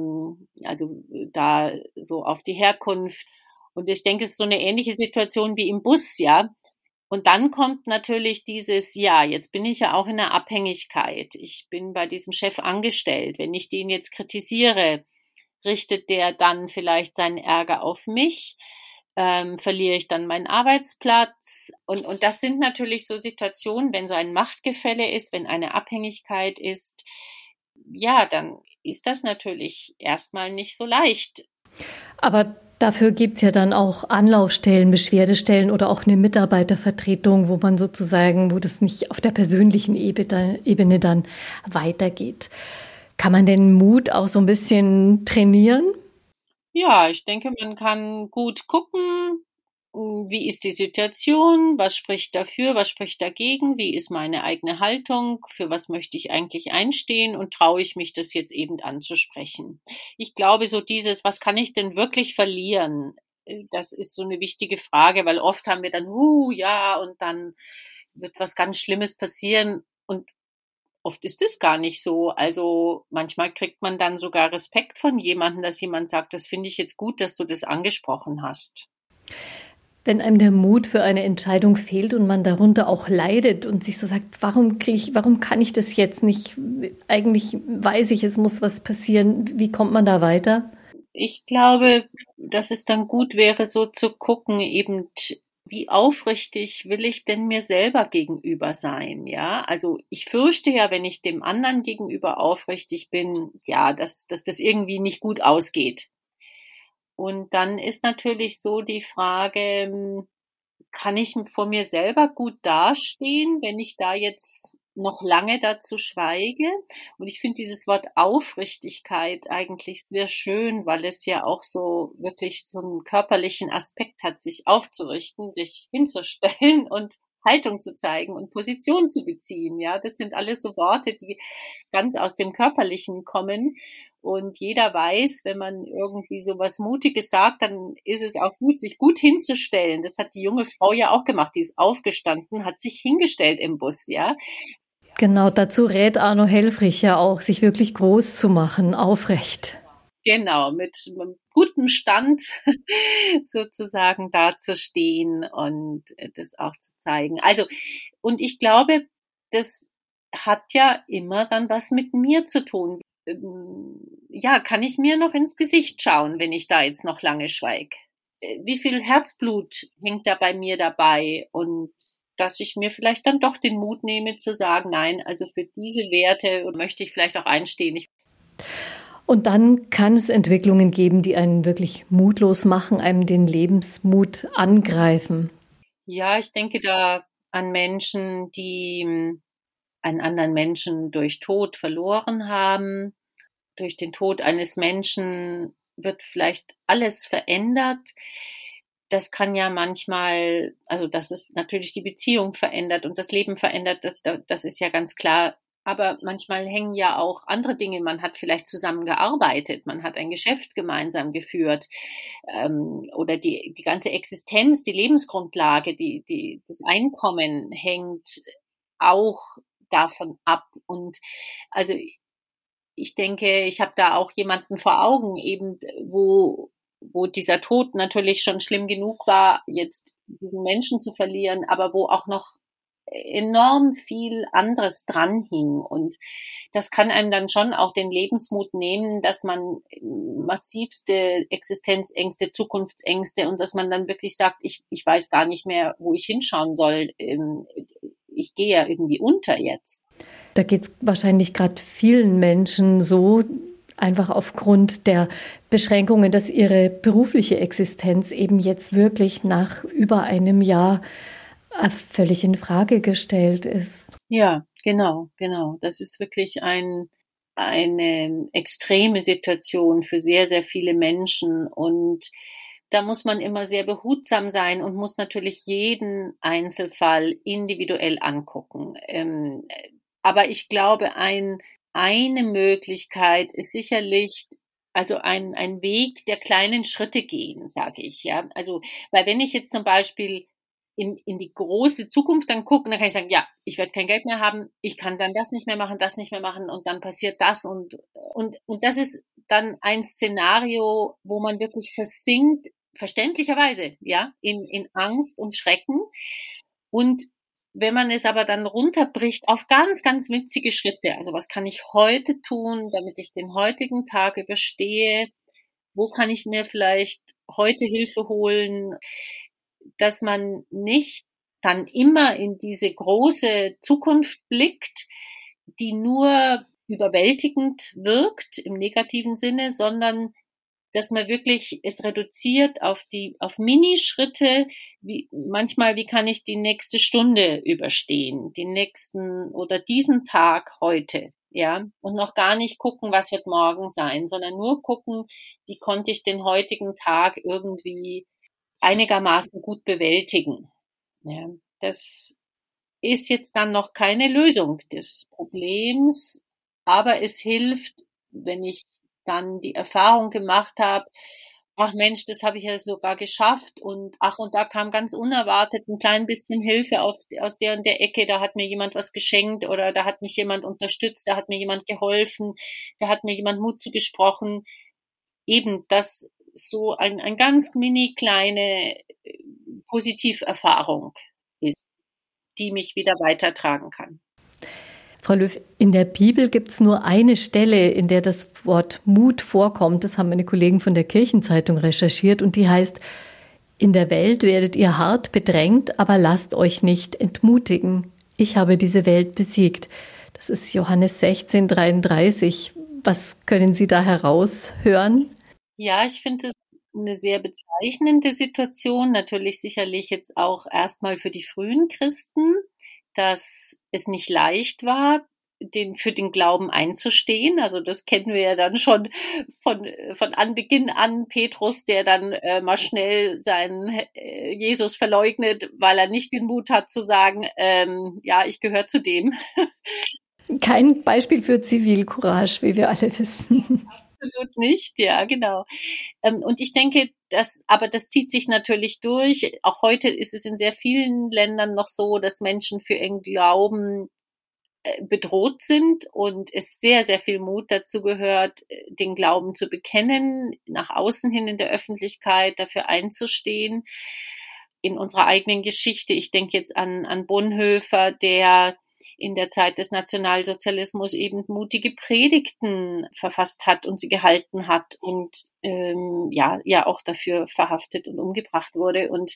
also da so auf die Herkunft. Und ich denke, es ist so eine ähnliche Situation wie im Bus, ja. Und dann kommt natürlich dieses, ja, jetzt bin ich ja auch in einer Abhängigkeit. Ich bin bei diesem Chef angestellt. Wenn ich den jetzt kritisiere, richtet der dann vielleicht seinen Ärger auf mich? Verliere ich dann meinen Arbeitsplatz? Und das sind natürlich so Situationen, wenn so ein Machtgefälle ist, wenn eine Abhängigkeit ist, ja, dann ist das natürlich erstmal nicht so leicht. Aber dafür gibt es ja dann auch Anlaufstellen, Beschwerdestellen oder auch eine Mitarbeitervertretung, wo man sozusagen, wo das nicht auf der persönlichen Ebene dann weitergeht. Kann man den Mut auch so ein bisschen trainieren? Ja, ich denke, man kann gut gucken, wie ist die Situation, was spricht dafür, was spricht dagegen, wie ist meine eigene Haltung, für was möchte ich eigentlich einstehen und traue ich mich, das jetzt eben anzusprechen. Ich glaube, so dieses, was kann ich denn wirklich verlieren, das ist so eine wichtige Frage, weil oft haben wir dann, ja, und dann wird was ganz Schlimmes passieren und oft ist es gar nicht so. Also manchmal kriegt man dann sogar Respekt von jemandem, dass jemand sagt, das finde ich jetzt gut, dass du das angesprochen hast. Wenn einem der Mut für eine Entscheidung fehlt und man darunter auch leidet und sich so sagt, warum kann ich das jetzt nicht? Eigentlich weiß ich, es muss was passieren. Wie kommt man da weiter? Ich glaube, dass es dann gut wäre, so zu gucken, eben, wie aufrichtig will ich denn mir selber gegenüber sein, ja? Also ich fürchte ja, wenn ich dem anderen gegenüber aufrichtig bin, ja, dass das irgendwie nicht gut ausgeht. Und dann ist natürlich so die Frage, kann ich vor mir selber gut dastehen, wenn ich da jetzt noch lange dazu schweige? Und ich finde dieses Wort Aufrichtigkeit eigentlich sehr schön, weil es ja auch so wirklich so einen körperlichen Aspekt hat, sich aufzurichten, sich hinzustellen und Haltung zu zeigen und Position zu beziehen. Ja, das sind alles so Worte, die ganz aus dem Körperlichen kommen. Und jeder weiß, wenn man irgendwie so was Mutiges sagt, dann ist es auch gut, sich gut hinzustellen. Das hat die junge Frau ja auch gemacht. Die ist aufgestanden, hat sich hingestellt im Bus, ja. Genau, dazu rät Arno Helfrich ja auch, sich wirklich groß zu machen, aufrecht. Genau, mit gutem Stand sozusagen dazustehen und das auch zu zeigen. Also, und ich glaube, das hat ja immer dann was mit mir zu tun. Ja, kann ich mir noch ins Gesicht schauen, wenn ich da jetzt noch lange schweige? Wie viel Herzblut hängt da bei mir dabei? Und dass ich mir vielleicht dann doch den Mut nehme zu sagen, nein, also für diese Werte möchte ich vielleicht auch einstehen. Und dann kann es Entwicklungen geben, die einen wirklich mutlos machen, einem den Lebensmut angreifen. Ja, ich denke da an Menschen, die einen anderen Menschen durch Tod verloren haben. Durch den Tod eines Menschen wird vielleicht alles verändert. Das kann ja manchmal, also dass es natürlich die Beziehung verändert und das Leben verändert, das ist ja ganz klar. Aber manchmal hängen ja auch andere Dinge. Man hat vielleicht zusammen gearbeitet, man hat ein Geschäft gemeinsam geführt, oder die ganze Existenz, die Lebensgrundlage, das Einkommen hängt auch davon ab. Und also ich denke, ich habe da auch jemanden vor Augen, eben wo dieser Tod natürlich schon schlimm genug war, jetzt diesen Menschen zu verlieren, aber wo auch noch enorm viel anderes dran hing. Und das kann einem dann schon auch den Lebensmut nehmen, dass man massivste Existenzängste, Zukunftsängste und dass man dann wirklich sagt, ich weiß gar nicht mehr, wo ich hinschauen soll. Ich gehe ja irgendwie unter jetzt. Da geht es wahrscheinlich gerade vielen Menschen so, einfach aufgrund der Beschränkungen, dass ihre berufliche Existenz eben jetzt wirklich nach über einem Jahr völlig in Frage gestellt ist. Ja, genau. Das ist wirklich eine extreme Situation für sehr, sehr viele Menschen und da muss man immer sehr behutsam sein und muss natürlich jeden Einzelfall individuell angucken. Aber ich glaube, eine Möglichkeit ist sicherlich, also ein Weg der kleinen Schritte gehen, sage ich, ja. Also, weil wenn ich jetzt zum Beispiel in die große Zukunft dann gucke, dann kann ich sagen, ja, ich werde kein Geld mehr haben, ich kann dann das nicht mehr machen und dann passiert das und das ist dann ein Szenario, wo man wirklich versinkt, verständlicherweise, ja, in Angst und Schrecken. Und wenn man es aber dann runterbricht auf ganz, ganz winzige Schritte, also was kann ich heute tun, damit ich den heutigen Tag überstehe, wo kann ich mir vielleicht heute Hilfe holen, dass man nicht dann immer in diese große Zukunft blickt, die nur überwältigend wirkt im negativen Sinne, sondern dass man wirklich es reduziert auf Minischritte, wie kann ich die nächste Stunde überstehen, den nächsten oder diesen Tag heute, ja, und noch gar nicht gucken, was wird morgen sein, sondern nur gucken, wie konnte ich den heutigen Tag irgendwie einigermaßen gut bewältigen. Ja, das ist jetzt dann noch keine Lösung des Problems, aber es hilft, wenn ich dann die Erfahrung gemacht habe, ach Mensch, das habe ich ja sogar geschafft und ach, und da kam ganz unerwartet ein klein bisschen Hilfe aus der und der Ecke, da hat mir jemand was geschenkt oder da hat mich jemand unterstützt, da hat mir jemand geholfen, da hat mir jemand Mut zugesprochen. Eben, das so ein ganz mini kleine Positiverfahrung ist, die mich wieder weitertragen kann. Frau Löw, in der Bibel gibt es nur eine Stelle, in der das Wort Mut vorkommt. Das haben meine Kollegen von der Kirchenzeitung recherchiert und die heißt: In der Welt werdet ihr hart bedrängt, aber lasst euch nicht entmutigen. Ich habe diese Welt besiegt. Das ist Johannes 16,33. Was können Sie da heraushören? Ja, ich finde es eine sehr bezeichnende Situation. Natürlich sicherlich jetzt auch erstmal für die frühen Christen, dass es nicht leicht war, für den Glauben einzustehen. Also das kennen wir ja dann schon von Anbeginn an. Petrus, der dann mal schnell seinen Jesus verleugnet, weil er nicht den Mut hat zu sagen, ja, ich gehöre zu dem. Kein Beispiel für Zivilcourage, wie wir alle wissen. Absolut nicht, ja, genau. Und ich denke, das zieht sich natürlich durch. Auch heute ist es in sehr vielen Ländern noch so, dass Menschen für ihren Glauben bedroht sind und es sehr, sehr viel Mut dazu gehört, den Glauben zu bekennen, nach außen hin in der Öffentlichkeit dafür einzustehen. In unserer eigenen Geschichte, ich denke jetzt an Bonhoeffer, der in der Zeit des Nationalsozialismus eben mutige Predigten verfasst hat und sie gehalten hat und ja auch dafür verhaftet und umgebracht wurde. Und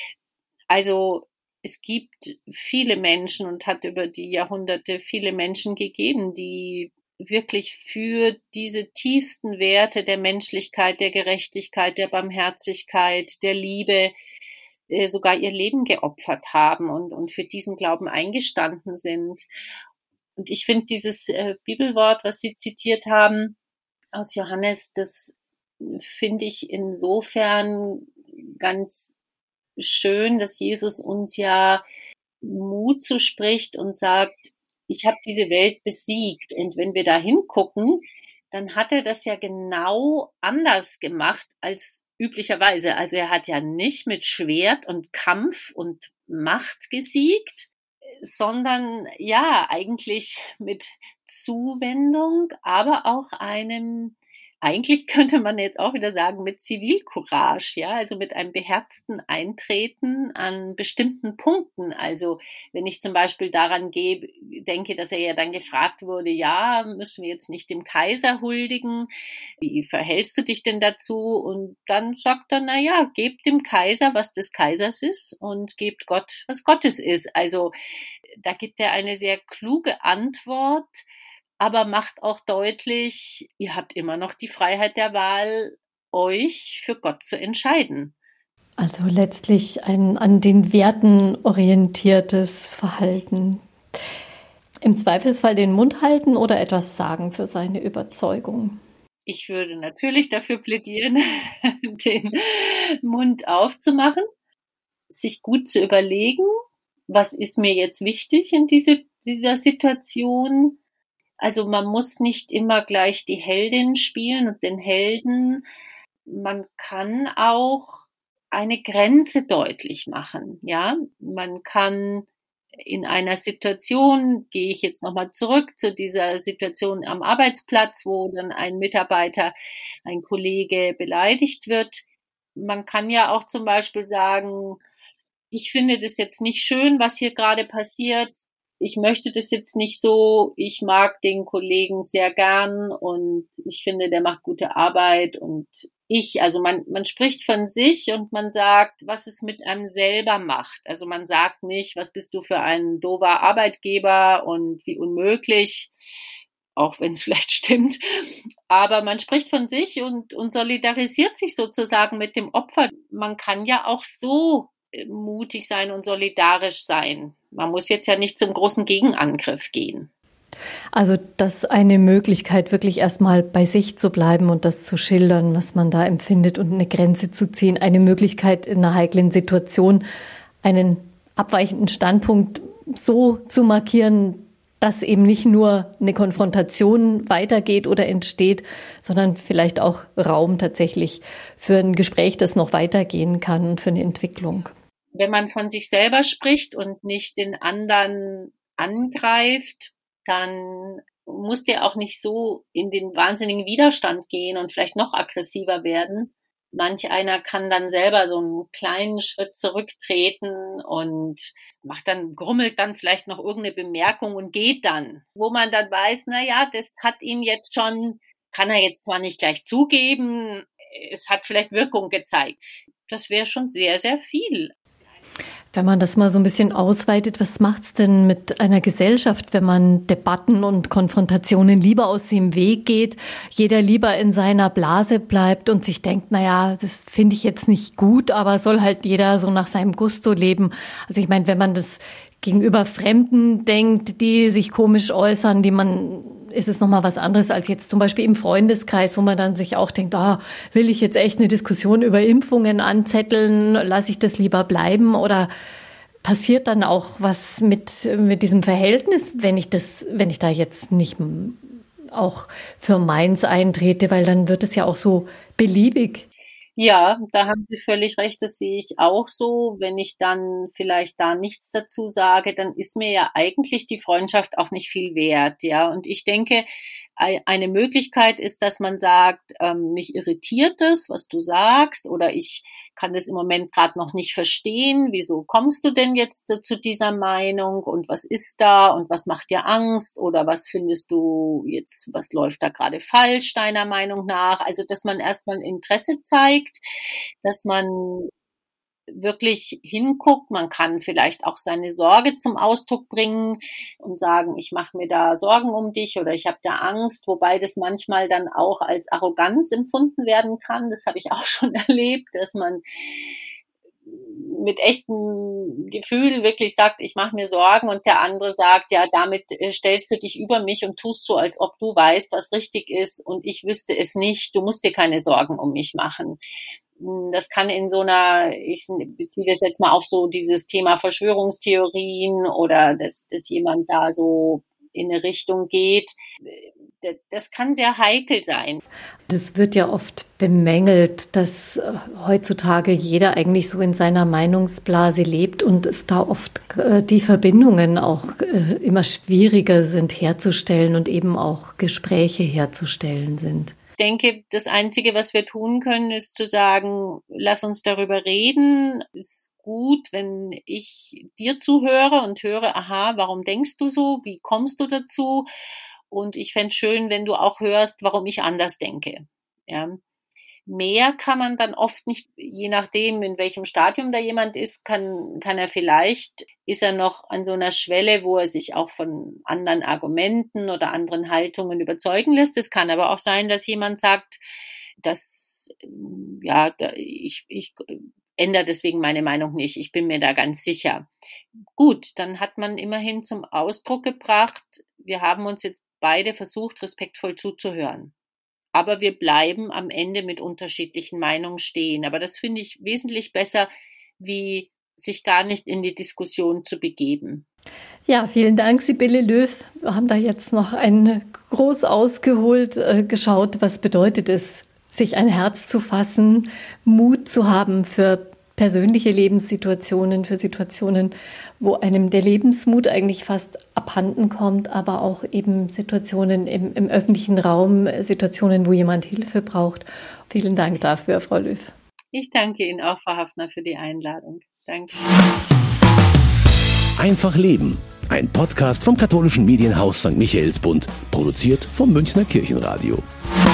also es gibt viele Menschen und hat über die Jahrhunderte viele Menschen gegeben, die wirklich für diese tiefsten Werte der Menschlichkeit, der Gerechtigkeit, der Barmherzigkeit, der Liebe sogar ihr Leben geopfert haben und für diesen Glauben eingestanden sind. Und ich finde dieses Bibelwort, was Sie zitiert haben aus Johannes, das finde ich insofern ganz schön, dass Jesus uns ja Mut zuspricht und sagt, ich habe diese Welt besiegt. Und wenn wir da hingucken, dann hat er das ja genau anders gemacht als üblicherweise. Also er hat ja nicht mit Schwert und Kampf und Macht gesiegt, sondern ja eigentlich mit Zuwendung, aber auch eigentlich könnte man jetzt auch wieder sagen, mit Zivilcourage, ja, also mit einem beherzten Eintreten an bestimmten Punkten. Also wenn ich zum Beispiel daran denke, dass er ja dann gefragt wurde, ja, müssen wir jetzt nicht dem Kaiser huldigen? Wie verhältst du dich denn dazu? Und dann sagt er, na ja, gebt dem Kaiser, was des Kaisers ist und gebt Gott, was Gottes ist. Also da gibt er eine sehr kluge Antwort, aber macht auch deutlich, ihr habt immer noch die Freiheit der Wahl, euch für Gott zu entscheiden. Also letztlich ein an den Werten orientiertes Verhalten. Im Zweifelsfall den Mund halten oder etwas sagen für seine Überzeugung. Ich würde natürlich dafür plädieren, den Mund aufzumachen, sich gut zu überlegen, was ist mir jetzt wichtig in dieser Situation. Also man muss nicht immer gleich die Heldin spielen und den Helden. Man kann auch eine Grenze deutlich machen. Ja, man kann in einer Situation, gehe ich jetzt nochmal zurück zu dieser Situation am Arbeitsplatz, wo dann ein Mitarbeiter, ein Kollege beleidigt wird. Man kann ja auch zum Beispiel sagen, ich finde das jetzt nicht schön, was hier gerade passiert. ich möchte das jetzt nicht so, ich mag den Kollegen sehr gern und ich finde, der macht gute Arbeit und also man spricht von sich und man sagt, was es mit einem selber macht. Also man sagt nicht, was bist du für ein doofer Arbeitgeber und wie unmöglich, auch wenn es vielleicht stimmt. Aber man spricht von sich und solidarisiert sich sozusagen mit dem Opfer. Man kann ja auch so mutig sein und solidarisch sein. Man muss jetzt ja nicht zum großen Gegenangriff gehen. Also das ist eine Möglichkeit, wirklich erstmal bei sich zu bleiben und das zu schildern, was man da empfindet und eine Grenze zu ziehen. Eine Möglichkeit in einer heiklen Situation, einen abweichenden Standpunkt so zu markieren, dass eben nicht nur eine Konfrontation weitergeht oder entsteht, sondern vielleicht auch Raum tatsächlich für ein Gespräch, das noch weitergehen kann und für eine Entwicklung. Wenn man von sich selber spricht und nicht den anderen angreift, dann muss der auch nicht so in den wahnsinnigen Widerstand gehen und vielleicht noch aggressiver werden. Manch einer kann dann selber so einen kleinen Schritt zurücktreten und grummelt dann vielleicht noch irgendeine Bemerkung und geht dann. Wo man dann weiß, das hat ihn jetzt schon, kann er jetzt zwar nicht gleich zugeben, es hat vielleicht Wirkung gezeigt. Das wäre schon sehr, sehr viel. Wenn man das mal so ein bisschen ausweitet, was macht's denn mit einer Gesellschaft, wenn man Debatten und Konfrontationen lieber aus dem Weg geht, jeder lieber in seiner Blase bleibt und sich denkt, das finde ich jetzt nicht gut, aber soll halt jeder so nach seinem Gusto leben. Also ich meine, wenn man das gegenüber Fremden denkt, die sich komisch äußern, ist es nochmal was anderes als jetzt zum Beispiel im Freundeskreis, wo man dann sich auch denkt, will ich jetzt echt eine Diskussion über Impfungen anzetteln, lasse ich das lieber bleiben oder passiert dann auch was mit diesem Verhältnis, wenn ich da jetzt nicht auch für meins eintrete, weil dann wird es ja auch so beliebig. Ja, da haben Sie völlig recht, das sehe ich auch so. Wenn ich dann vielleicht da nichts dazu sage, dann ist mir ja eigentlich die Freundschaft auch nicht viel wert, ja. Und ich denke, eine Möglichkeit ist, dass man sagt, mich irritiert das, was du sagst, oder ich kann das im Moment gerade noch nicht verstehen. Wieso kommst du denn jetzt zu dieser Meinung und was ist da und was macht dir Angst oder was findest du jetzt, was läuft da gerade falsch deiner Meinung nach? Also, dass man erstmal Interesse zeigt, dass man wirklich hinguckt. Man kann vielleicht auch seine Sorge zum Ausdruck bringen und sagen, ich mache mir da Sorgen um dich oder ich habe da Angst, wobei das manchmal dann auch als Arroganz empfunden werden kann. Das habe ich auch schon erlebt, dass man mit echtem Gefühl wirklich sagt, ich mache mir Sorgen und der andere sagt, ja, damit stellst du dich über mich und tust so, als ob du weißt, was richtig ist und ich wüsste es nicht. Du musst dir keine Sorgen um mich machen. Das kann in so einer, ich beziehe das jetzt mal auf so dieses Thema Verschwörungstheorien oder dass jemand da so in eine Richtung geht. Das kann sehr heikel sein. Das wird ja oft bemängelt, dass heutzutage jeder eigentlich so in seiner Meinungsblase lebt und es da oft die Verbindungen auch immer schwieriger sind herzustellen und eben auch Gespräche herzustellen sind. Ich denke, das Einzige, was wir tun können, ist zu sagen, lass uns darüber reden. Es ist gut, wenn ich dir zuhöre und höre, aha, warum denkst du so? Wie kommst du dazu? Und ich fände es schön, wenn du auch hörst, warum ich anders denke. Ja. Mehr kann man dann oft nicht, je nachdem, in welchem Stadium da jemand ist, ist er noch an so einer Schwelle, wo er sich auch von anderen Argumenten oder anderen Haltungen überzeugen lässt. Es kann aber auch sein, dass jemand sagt, ich ändere deswegen meine Meinung nicht. Ich bin mir da ganz sicher. Gut, dann hat man immerhin zum Ausdruck gebracht, wir haben uns jetzt beide versucht, respektvoll zuzuhören. Aber wir bleiben am Ende mit unterschiedlichen Meinungen stehen. Aber das finde ich wesentlich besser, wie sich gar nicht in die Diskussion zu begeben. Ja, vielen Dank, Sibylle Löw. Wir haben da jetzt noch groß ausgeholt, geschaut, was bedeutet es, sich ein Herz zu fassen, Mut zu haben für persönliche Lebenssituationen, für Situationen, wo einem der Lebensmut eigentlich fast abhanden kommt, aber auch eben Situationen im öffentlichen Raum, Situationen, wo jemand Hilfe braucht. Vielen Dank dafür, Frau Löw. Ich danke Ihnen auch, Frau Hafner, für die Einladung. Danke. Einfach leben. Ein Podcast vom katholischen Medienhaus St. Michaelsbund, produziert vom Münchner Kirchenradio.